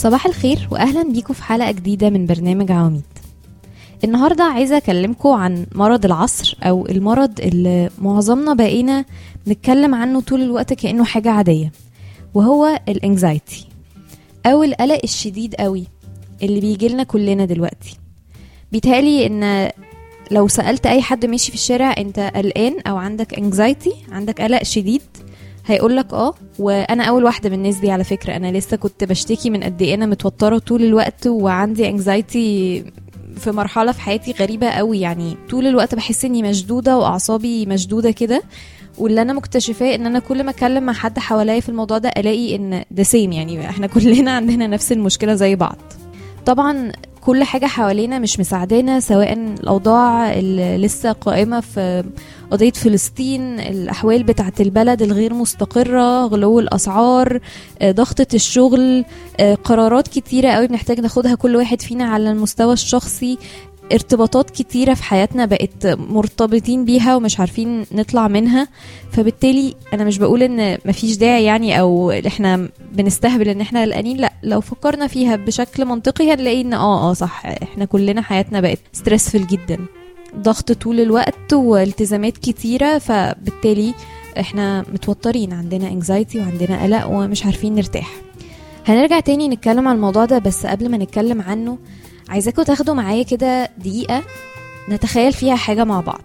صباح الخير وأهلا بيكم في حلقة جديدة من برنامج عواميد. النهاردة عايزة أكلمكم عن مرض العصر أو المرض اللي معظمنا بقينا نتكلم عنه طول الوقت كأنه حاجة عادية، وهو الانكزايتي أو القلق الشديد قوي اللي بيجيلنا كلنا دلوقتي. بيتهيألي إن لو سألت أي حد ماشي في الشارع أنت قلقان أو عندك انكزايتي، عندك قلق شديد، هيقولك وانا اول واحده من الناس دي. على فكره انا لسه كنت بشتكي من قد ايه انا متوتره طول الوقت وعندي انكزايتي في مرحله في حياتي غريبه قوي، يعني طول الوقت بحس اني مشدوده واعصابي مشدوده كده. واللي انا مكتشفاه ان انا كل ما اتكلم مع حد حواليا في الموضوع ده الاقي ان ده سيم، يعني احنا كلنا عندنا نفس المشكله زي بعض. طبعا كل حاجة حوالينا مش مساعدانا، سواء الأوضاع اللي لسه قائمة في قضية فلسطين، الأحوال بتاعة البلد الغير مستقرة، غلو الأسعار، ضغطة الشغل، قرارات كتيرة قوي بنحتاج ناخدها كل واحد فينا على المستوى الشخصي، ارتباطات كتيرة في حياتنا بقت مرتبطين بيها ومش عارفين نطلع منها. فبالتالي أنا مش بقول إن مفيش داعي يعني أو إحنا بنستهبل إن إحنا قلقانين، لأ، لو فكرنا فيها بشكل منطقي هنلاقي إن صح، إحنا كلنا حياتنا بقت ستريسفل جدا، ضغط طول الوقت والتزامات كتيرة، فبالتالي إحنا متوترين، عندنا انكزايتي وعندنا قلق ومش عارفين نرتاح. هنرجع تاني نتكلم عن الموضوع ده، بس قبل ما نتكلم عنه عايزاكم تاخدوا معايا كده دقيقة نتخيل فيها حاجة مع بعض.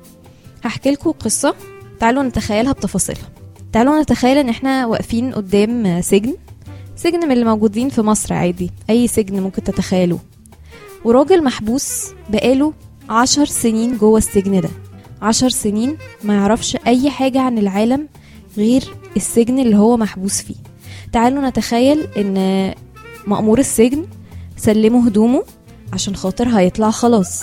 هحكي لكم قصة، تعالوا نتخيلها بتفاصيلها. تعالوا نتخيل ان احنا واقفين قدام سجن من اللي موجودين في مصر عادي، اي سجن ممكن تتخيلوه، وراجل محبوس بقاله 10 سنين جوه السجن ده. 10 سنين ما يعرفش اي حاجة عن العالم غير السجن اللي هو محبوس فيه. تعالوا نتخيل ان مأمور السجن سلموا هدومه عشان خاطر هيطلع خلاص،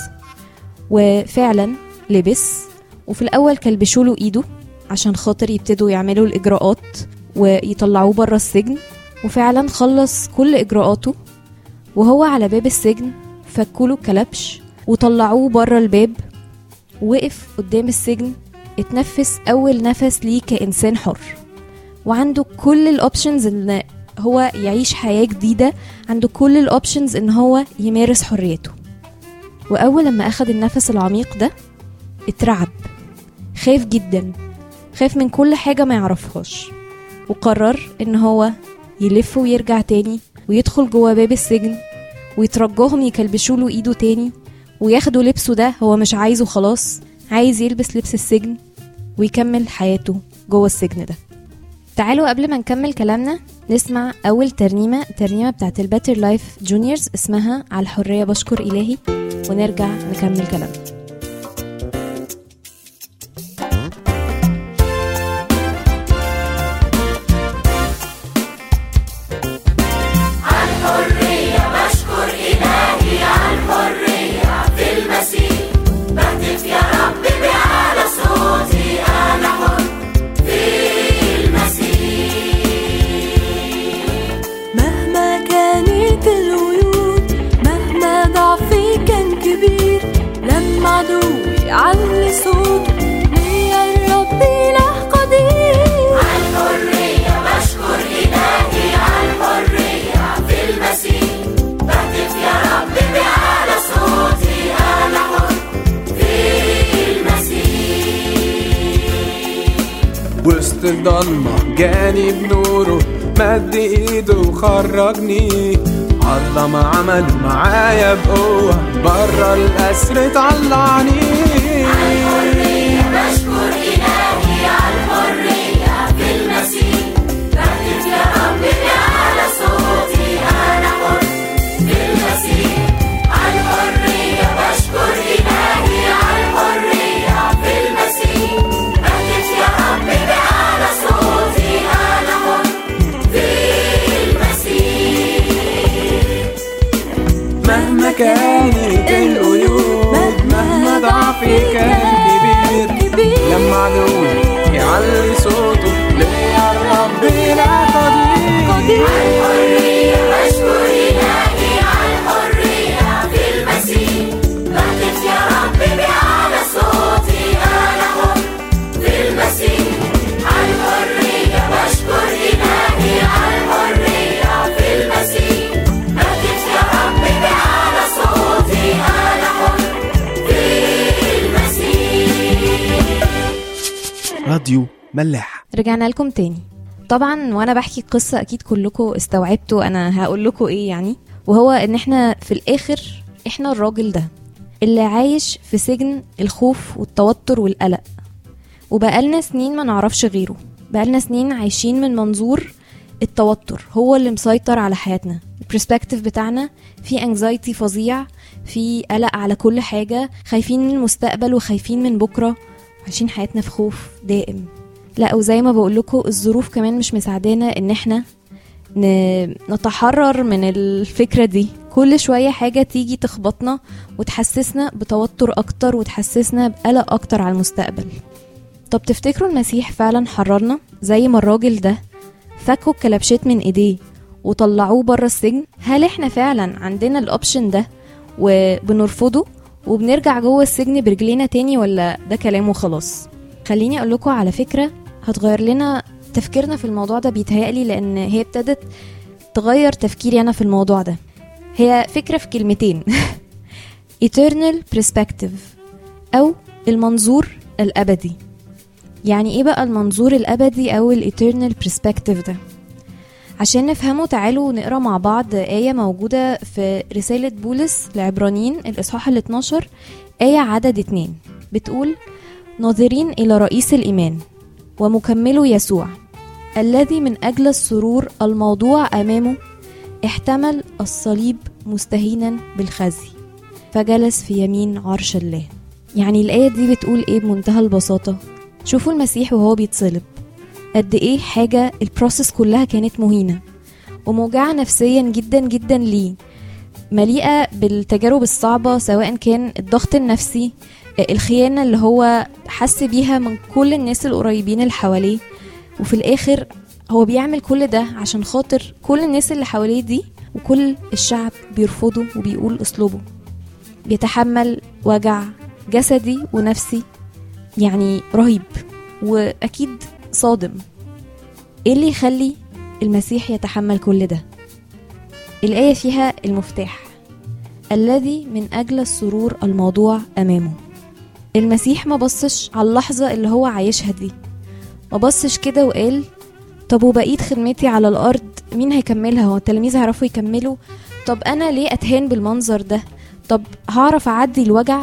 وفعلا لبس، وفي الأول كلبشوله إيده عشان خاطر يبتدوا يعملوا الإجراءات ويطلعوه برا السجن، وفعلا خلص كل إجراءاته. وهو على باب السجن فكوله كلبش وطلعوه برا الباب، وقف قدام السجن، اتنفس أول نفس ليه كإنسان حر، وعنده كل الأوبشنز ان هو يعيش حياة جديدة، عنده كل الأوبشنز ان هو يمارس حريته. وأول لما أخد النفس العميق ده اترعب، خاف جدا، خاف من كل حاجة ما يعرفهاش، وقرر ان هو يلف ويرجع تاني ويدخل جوا باب السجن ويترجاهم يكلبشوله ايده تاني وياخدوا لبسه ده. هو مش عايزه خلاص، عايز يلبس لبس السجن ويكمل حياته جوا السجن ده. تعالوا قبل ما نكمل كلامنا نسمع أول ترنيمة بتاعت الباتر لايف جونيورز اسمها على الحرية بشكر إلهي، ونرجع نكمل كلامنا. علي صوت يا الرب له قدير. عالحرية بشكر إلهي، عالحرية في المسيح، بهتف يا رب بأعلى صوتي، أنا حر في المسيح. وسط الضلمة جاني بنوره، مد ايده وخرجني، الله ما عمل معايا بقوة، برا الأسر طلعني. عالحرية بشكر إلهي، عالحرية في المسيح، بهتف يا رب بأعلى صوتي، أنا حر في المسيح. عالحرية بشكر إلهي، عالحرية في المسيح، بهتف يا رب بأعلى صوتي، أنا حر في المسيح. مهما كانت القيود، مهما ضعفي كان كبير، لما عدوي يعلي صوته ليا الرب لا قدير. عالحرية بشكر إلهي، عالحرية في المسيح، بهتف يا رب بأعلى صوتي، أنا حر في المسيح. عالحرية بشكر إلهي، عالحرية في المسيح، راديو ملاح. رجعنا لكم تاني. طبعا وانا بحكي القصة اكيد كلكم استوعبتوا انا هقول لكم ايه يعني، وهو ان احنا في الاخر احنا الراجل ده اللي عايش في سجن الخوف والتوتر والقلق، وبقالنا سنين ما نعرفش غيره. بقالنا سنين عايشين من منظور التوتر هو اللي مسيطر على حياتنا. البرسبكتيف بتاعنا في انكزايتي فظيع، في قلق على كل حاجة، خايفين من المستقبل وخايفين من بكرة، عايشين حياتنا في خوف دائم. لا، وزي ما بقول لكم الظروف كمان مش مساعدانا ان احنا نتحرر من الفكرة دي. كل شوية حاجة تيجي تخبطنا وتحسسنا بتوتر اكتر وتحسسنا بقلق اكتر على المستقبل. طب تفتكروا المسيح فعلا حررنا زي ما الراجل ده فكوا الكلبشات من ايديه وطلعوه برا السجن؟ هل احنا فعلا عندنا الاوبشن ده وبنرفضه وبنرجع جوه السجن برجلينا تاني، ولا ده كلام وخلاص؟ خليني اقول لكم على فكرة هتغير لنا تفكيرنا في الموضوع ده بيتهيألي، لان هي ابتدت تغير تفكيري انا في الموضوع ده. هي فكرة في كلمتين eternal perspective او المنظور الابدي. يعني ايه بقى المنظور الابدي او الeternal perspective ده؟ عشان نفهمه تعالوا نقرأ مع بعض آية موجودة في رسالة بولس لعبرانيين الإصحاح 12 آية عدد 2 بتقول: ناظرين إلى رئيس الإيمان ومكمله يسوع الذي من أجل السرور الموضوع أمامه احتمل الصليب مستهينا بالخزي فجلس في يمين عرش الله. يعني الآية دي بتقول إيه بمنتهى البساطة؟ شوفوا المسيح وهو بيتصلب قد ايه حاجة البروسيس كلها كانت مهينة وموجعة نفسيا جدا جدا ليه، مليئة بالتجارب الصعبة، سواء كان الضغط النفسي، الخيانة اللي هو حس بيها من كل الناس القريبين اللي حواليه، وفي الاخر هو بيعمل كل ده عشان خاطر كل الناس اللي حواليه دي، وكل الشعب بيرفضه وبيقول اسلوبه. بيتحمل وجع جسدي ونفسي يعني رهيب واكيد صادم. ايه اللي يخلي المسيح يتحمل كل ده؟ الآية فيها المفتاح: الذي من أجل السرور الموضوع أمامه. المسيح ما بصش على اللحظة اللي هو عايشها دي، ما بصش كده وقال طب وبقيت خدمتي على الأرض مين هيكملها؟ هو التلاميذ هيعرفوا يكملوا؟ طب أنا ليه أتهان بالمنظر ده؟ طب هعرف أعدي الوجع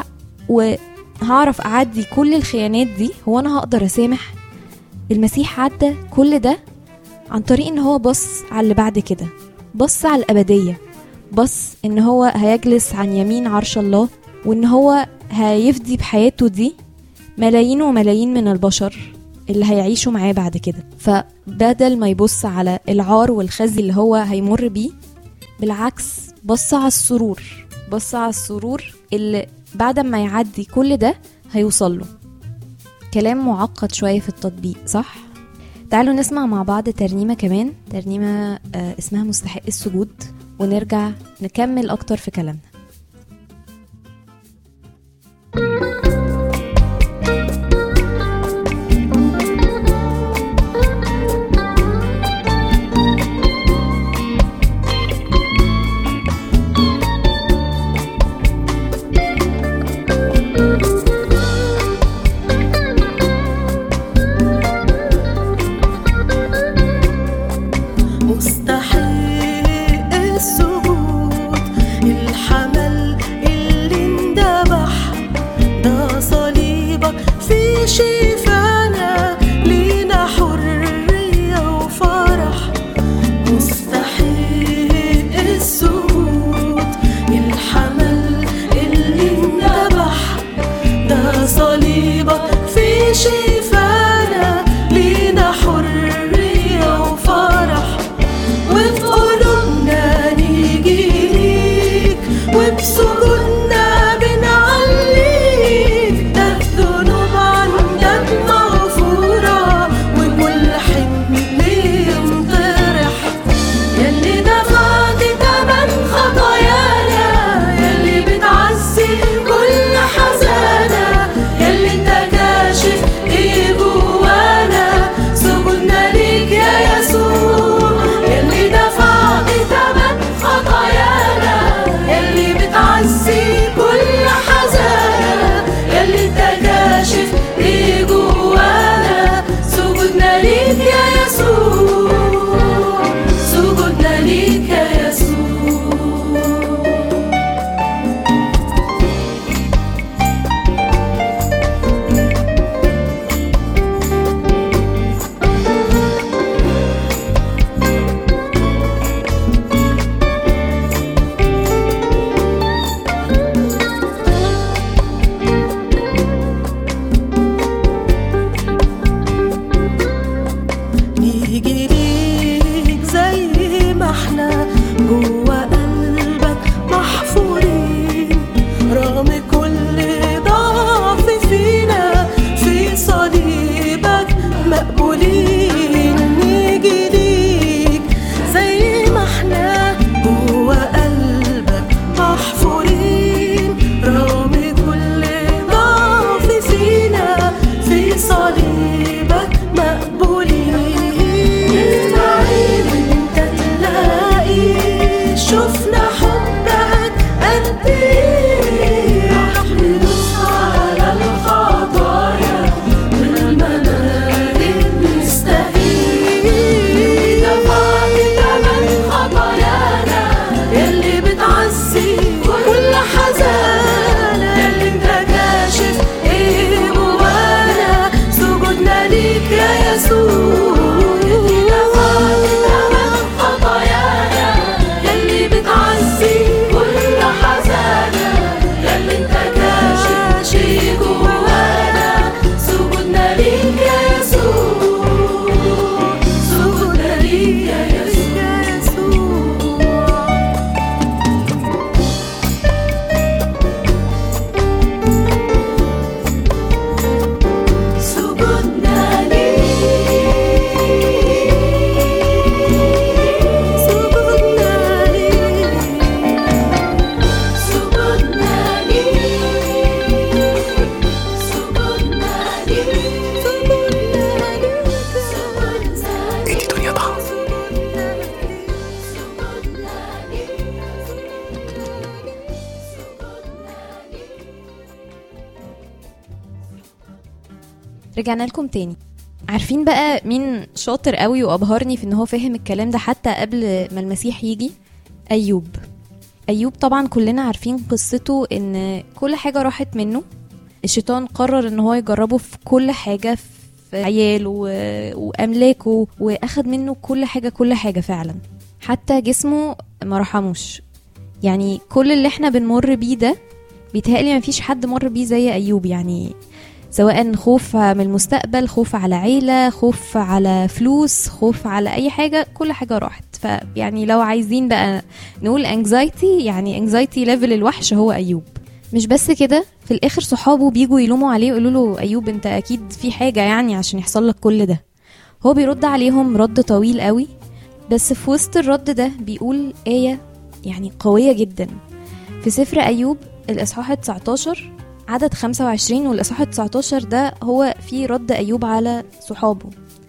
وهعرف أعدي كل الخيانات دي؟ هو أنا هقدر أسامح؟ المسيح عدى كل ده عن طريق ان هو بص على اللي بعد كده، بص على الأبدية، بص ان هو هيجلس عن يمين عرش الله، وان هو هيفدي بحياته دي ملايين وملايين من البشر اللي هيعيشوا معاه بعد كده. فبدل ما يبص على العار والخزي اللي هو هيمر بيه، بالعكس بص على السرور، بص على السرور اللي بعد ما يعدي كل ده هيوصل له. كلام معقد شوية في التطبيق، صح؟ تعالوا نسمع مع بعض ترنيمة كمان، ترنيمة اسمها مستحق السجود، ونرجع نكمل أكتر في كلامنا. مستحق السجود، الحمد كل حزانة، يلي انت كاشف ايه جوانا، سجودنا ليك يا يسوع. يلي غفرت تمام خطايانا، يلي بتعزي كل حزانة، يلي انت كاشف ايه جوانا، سجودنا ليك يا يسوع، سجودنا ليك يا يسوع. سجودنا ادي دنيا ضخم. رجعنا لكم تاني. عارفين بقى مين شاطر قوي وابهرني في ان هو فاهم الكلام ده حتى قبل ما المسيح يجي؟ ايوب. ايوب طبعا كلنا عارفين قصته، ان كل حاجة راحت منه. الشيطان قرر ان هو يجربه في كل حاجة، في عياله واملاكه، واخد منه كل حاجة فعلا، حتى جسمه ما رحموش. يعني كل اللي احنا بنمر بيه ده بيتهيألي مفيش حد مر بيه زي ايوب. يعني سواء خوف من المستقبل، خوف على عيلة، خوف على فلوس، خوف على اي حاجة، كل حاجة راحت. فيعني لو عايزين بقى نقول anxiety، يعني anxiety level الوحش هو ايوب. مش بس كده، في الاخر صحابه بيجوا يلوموا عليه ويقولوا له ايوب انت اكيد في حاجة يعني عشان يحصل لك كل ده. هو بيرد عليهم رد طويل قوي، بس في وسط الرد ده بيقول آية يعني قوية جدا في سفر أيوب الإصحاح 19 عدد 25، والإصحاح 19 ده هو فيه رد أيوب على صحابه.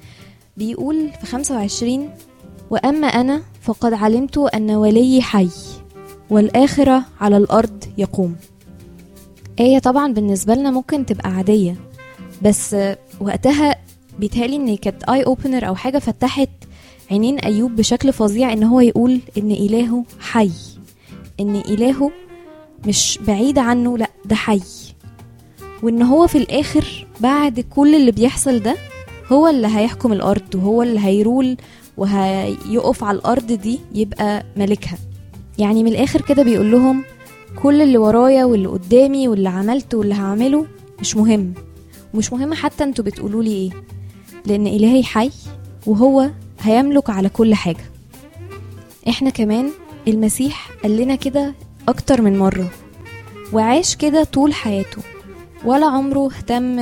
بيقول في 25: وأما أنا فقد علمت أن ولي حي والآخرة على الأرض يقوم. آية طبعا بالنسبة لنا ممكن تبقى عادية، بس وقتها بيتهالي ان كانت اي اوبنر او حاجة فتحت عينين أيوب بشكل فظيع، ان هو يقول ان إلهه حي، ان إلهه مش بعيد عنه، لا ده حي، وان هو في الآخر بعد كل اللي بيحصل ده هو اللي هيحكم الأرض، وهو اللي هيرول وهيقف على الأرض دي يبقى ملكها. يعني من الآخر كده بيقول لهم كل اللي ورايا واللي قدامي واللي عملته واللي هعمله مش مهم، ومش مهم حتى انتوا بتقولوا لي ايه، لان إلهي حي وهو هيملك على كل حاجة. احنا كمان المسيح قال لنا كده اكتر من مرة، وعاش كده طول حياته، ولا عمره اهتم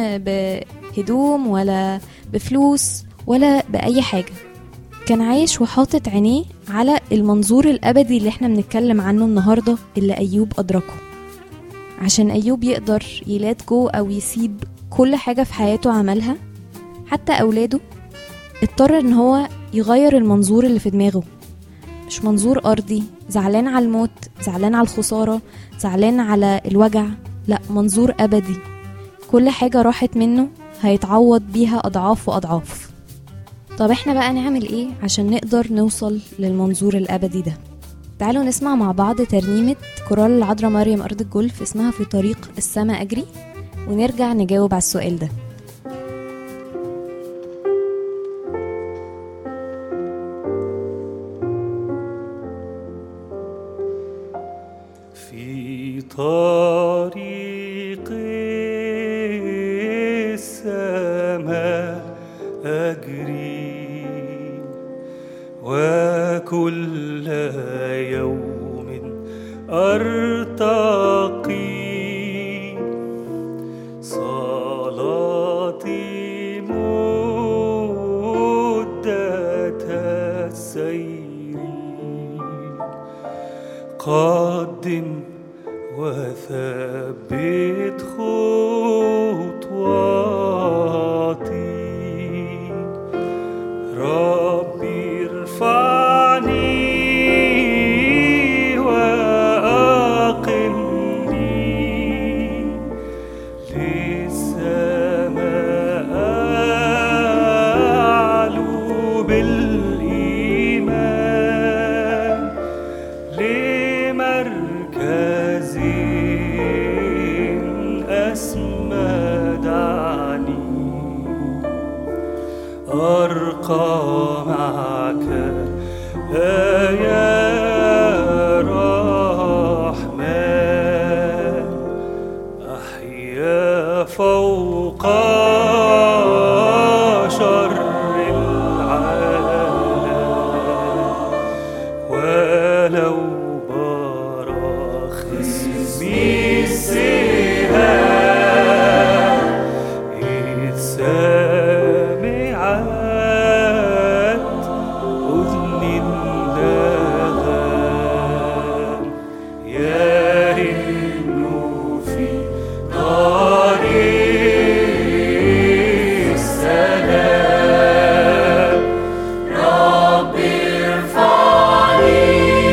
بهدوم ولا بفلوس ولا بأي حاجة. كان عايش وحاطط عينيه على المنظور الأبدي اللي احنا بنتكلم عنه النهاردة، اللي أيوب أدركه. عشان أيوب يقدر يلاتجو أو يسيب كل حاجة في حياته عملها، حتى أولاده، اضطر ان هو يغير المنظور اللي في دماغه. مش منظور أرضي زعلان على الموت، زعلان على الخسارة، زعلان على الوجع، لا، منظور أبدي. كل حاجة راحت منه هيتعوض بيها أضعاف وأضعاف. طب احنا بقى نعمل ايه عشان نقدر نوصل للمنظور الأبدي ده؟ تعالوا نسمع مع بعض ترنيمة كورال العذراء مريم أرض الجولف اسمها في طريق السماء أجري، ونرجع نجاوب على السؤال ده. في طريق السماء أجري وكل يوم أرتقي، صلاتي مدة السير قدم وثبت خطواتي، ربي ارفعني وأقمني للسماء أعلو بالإيمان، لمركز زين أسمى دعني أرقى معك يا رحمن أحيا فوق شر العالم ولو برخص بالسهام إذ سمعت أذني الندم يرن في طريق السلام رب ارفعني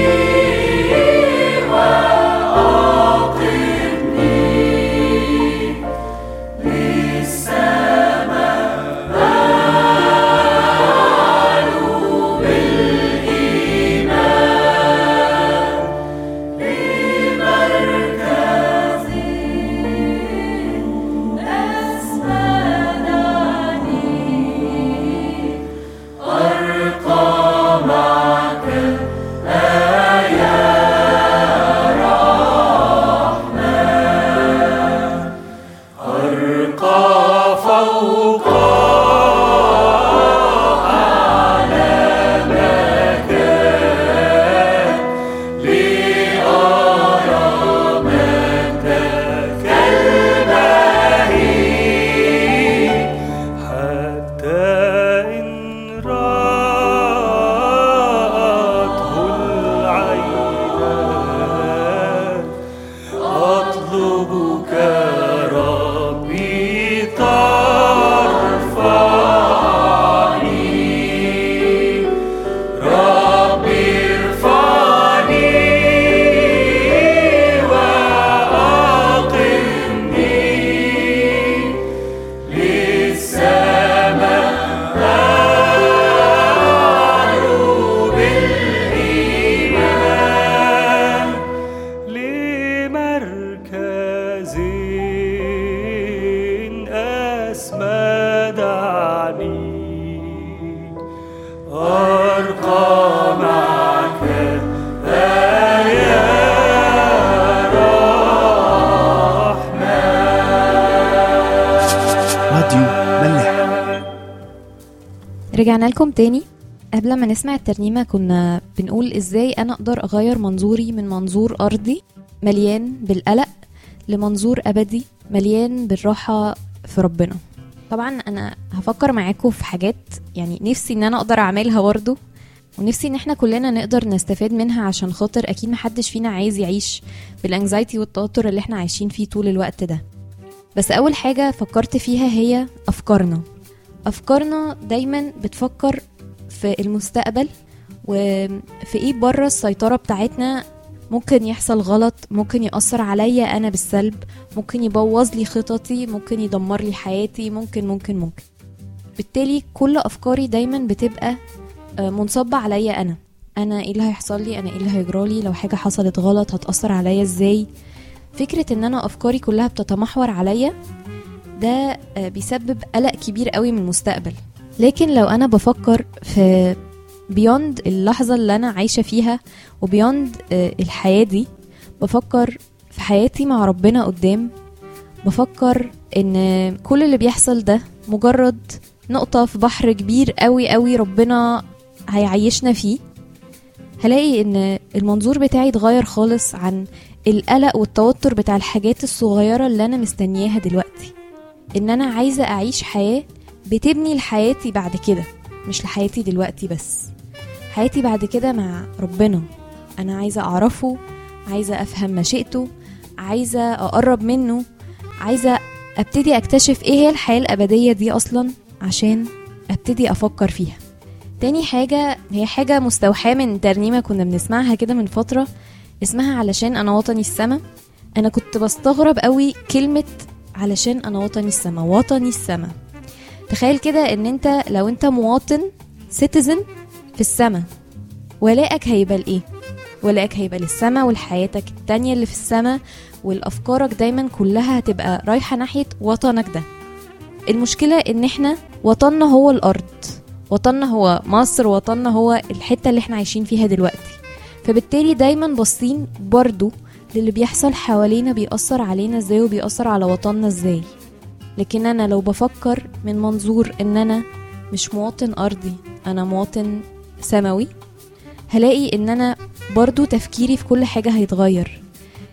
وأقمني للسماء أعلو بالإيمان لمركز أسمدني أرقى معك يا رحمن أرقى فوق أعلى مكان لأرى مجدك المهين حتى إن رأته العينان أطلبك ربي ترفعني ربي ارفعني وأقمني للسماء أعلو بالإيمان لمركز أسمدني أرقى معك يا رحمن راديو ملاح. رجعنا لكم تاني. قبل ما نسمع الترنيمة كنا بنقول ازاي انا اقدر اغير منظوري من منظور ارضي مليان بالقلق لمنظور ابدي مليان بالراحة في ربنا. طبعا انا هفكر معاكم في حاجات يعني نفسي ان انا اقدر اعملها برضو، ونفسي ان احنا كلنا نقدر نستفاد منها، عشان خاطر اكيد محدش فينا عايز يعيش بالانكزايتي والتوتر اللي احنا عايشين فيه طول الوقت ده. بس اول حاجة فكرت فيها هي افكارنا دايما بتفكر في المستقبل وفي ايه بره السيطرة بتاعتنا ممكن يحصل غلط، ممكن يأثر عليا انا بالسلب، ممكن يبوظ لي خططي، ممكن يدمر لي حياتي، ممكن. بالتالي كل افكاري دايما بتبقى منصبة عليا انا ايه اللي هيحصل لي، انا ايه اللي هيجرالي، لو حاجة حصلت غلط هتأثر عليا ازاي. فكرة ان انا افكاري كلها بتتمحور عليا ده بيسبب قلق كبير قوي من المستقبل. لكن لو انا بفكر في بيوند اللحظة اللي انا عايشة فيها وبيوند الحياة دي، بفكر في حياتي مع ربنا قدام، بفكر ان كل اللي بيحصل ده مجرد نقطة في بحر كبير قوي قوي ربنا هيعيشنا فيه، هلاقي ان المنظور بتاعي اتغير خالص عن القلق والتوتر بتاع الحاجات الصغيرة اللي انا مستنياها دلوقتي. ان انا عايزة اعيش حياة بتبني لحياتي بعد كده، مش لحياتي دلوقتي بس، حياتي بعد كده مع ربنا. انا عايزة اعرفه، عايزة افهم مشيئته، عايزة اقرب منه، عايزة ابتدي اكتشف ايه هي الحياة الابدية دي اصلا عشان ابتدي افكر فيها. تاني حاجة هي حاجة مستوحاة من ترنيمة كنا بنسمعها كده من فترة اسمها علشان انا وطني السما. انا كنت بستغرب قوي كلمة علشان انا وطني السما، وطني السما. تخيل كده ان انت لو انت مواطن سيتيزن في السما، ولائك هيبقى الايه؟ ولائك هيبقى للسما، والحياتك التانية اللي في السما، والأفكارك دايما كلها هتبقى رايحة ناحية وطنك ده. المشكلة ان احنا وطننا هو الأرض، وطننا هو مصر، وطننا هو الحتة اللي احنا عايشين فيها دلوقتي. فبالتالي دايما باصين برضو للي بيحصل حوالينا بيأثر علينا ازاي وبيأثر على وطننا ازاي. لكن انا لو بفكر من منظور ان انا مش مواطن أرضي، انا مواطن سماوي، هلاقي ان انا برضو تفكيري في كل حاجة هيتغير.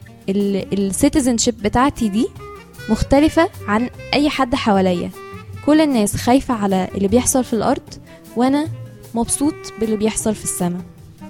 السيتيزنشيب بتاعتي دي مختلفة عن اي حد حواليا. كل الناس خايفة على اللي بيحصل في الارض، وانا مبسوط باللي بيحصل في السماء.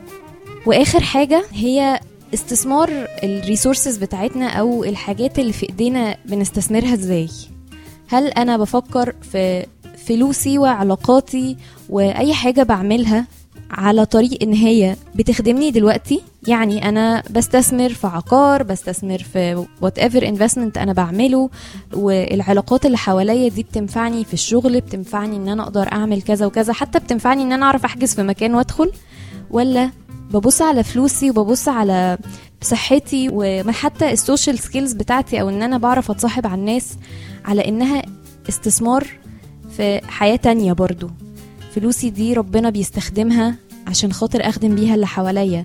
واخر حاجة هي استثمار الريسورسز بتاعتنا او الحاجات اللي في ايدينا بنستثمرها ازاي. هل انا بفكر في فلوسي وعلاقاتي واي حاجة بعملها على طريق ان هي بتخدمني دلوقتي؟ يعني انا بستثمر في عقار، بستثمر في whatever investment انا بعمله، والعلاقات اللي حواليا دي بتنفعني في الشغل، بتنفعني ان انا اقدر اعمل كذا وكذا، حتى بتنفعني ان انا اعرف احجز في مكان وادخل؟ ولا ببص على فلوسي وببص على صحتي وحتى السوشيال سكيلز بتاعتي، او ان انا بعرف اتصاحب على الناس على انها استثمار في حياة تانية؟ برضو فلوسي دي ربنا بيستخدمها عشان خاطر اخدم بيها اللي حواليا.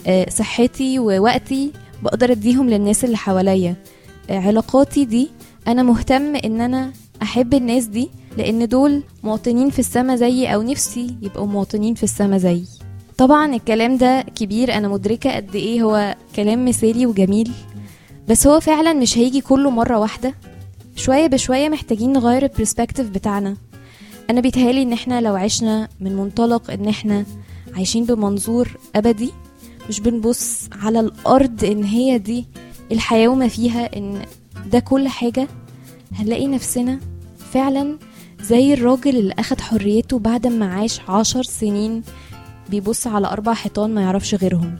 صحتي ووقتي بقدر اديهم للناس اللي حواليا. علاقاتي دي انا مهتم ان انا احب الناس دي لان دول مواطنين في السما زيي، او نفسي يبقوا مواطنين في السما زيي. طبعا الكلام ده كبير، انا مدركة قد ايه هو كلام مثالي وجميل، بس هو فعلا مش هيجي كله مرة واحدة. شوية بشوية محتاجين نغير البرسبكتيف بتاعنا. انا بيتهيالي ان احنا لو عشنا من منطلق ان احنا عايشين بمنظور ابدي، مش بنبص على الارض ان هي دي الحياة وما فيها، ان ده كل حاجة، هنلاقي نفسنا فعلا زي الراجل اللي اخد حريته بعد ما عاش 10 سنين بيبص على 4 حيطان ما يعرفش غيرهم.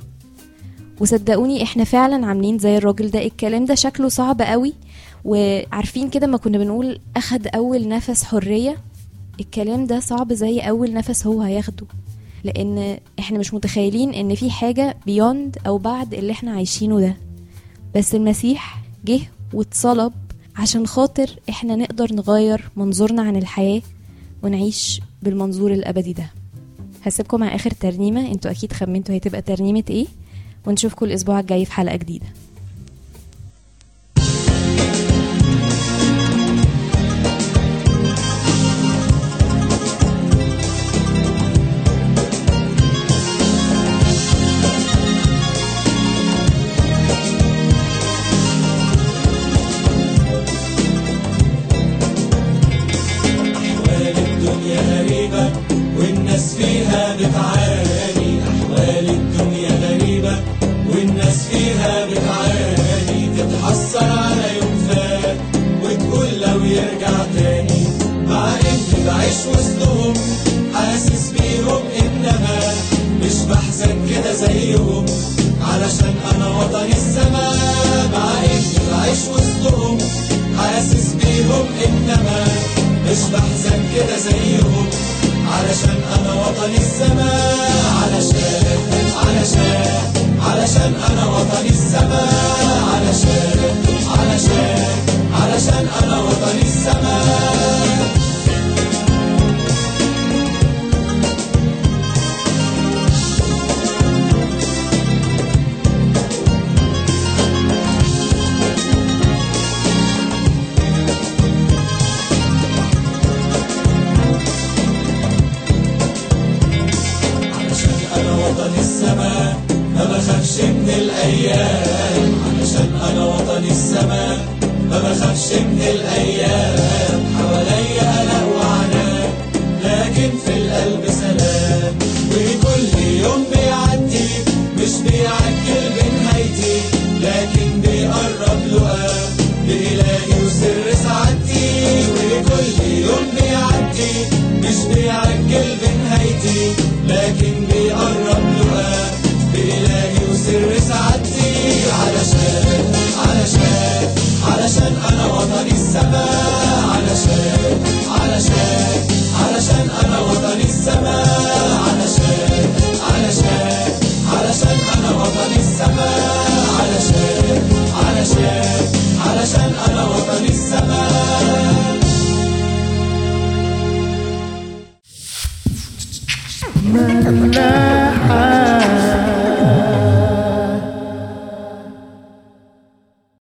وصدقوني احنا فعلا عاملين زي الراجل ده. الكلام ده شكله صعب قوي، وعارفين كده ما كنا بنقول اخد اول نفس حرية، الكلام ده صعب زي اول نفس هو هياخده، لان احنا مش متخيلين ان في حاجة بيوند او بعد اللي احنا عايشينه ده. بس المسيح جه واتصلب عشان خاطر احنا نقدر نغير منظورنا عن الحياة ونعيش بالمنظور الابدي ده. هسيبكم مع اخر ترنيمة، انتوا اكيد خمنتوا هتبقى ترنيمة ايه، ونشوفكم الاسبوع الجاي في حلقة جديدة. والناس فيها بتعاني، أحوال الدنيا غريبة والناس فيها بتعاني، تتحسر على يوم فات وتقول لو يرجع تاني، مع إني بعيش وسطهم حاسس بيهم، إنما مش بحزن كده زيهم علشان أنا وطني السما. مع إني بعيش وسطهم حاسس بيهم، إنما مش بحزن كده زيهم علشان أنا وطني السما. علشان أنا وطني السما. علشان أنا وطني السما. ما بخافش من الأيام، علشان أنا وطني السما. ما بخافش من الأيام، حواليا قلق وعناء لكن في القلب سلام. وكل يوم بيعدي مش بيعجل بنهايتي، لكن بيقرب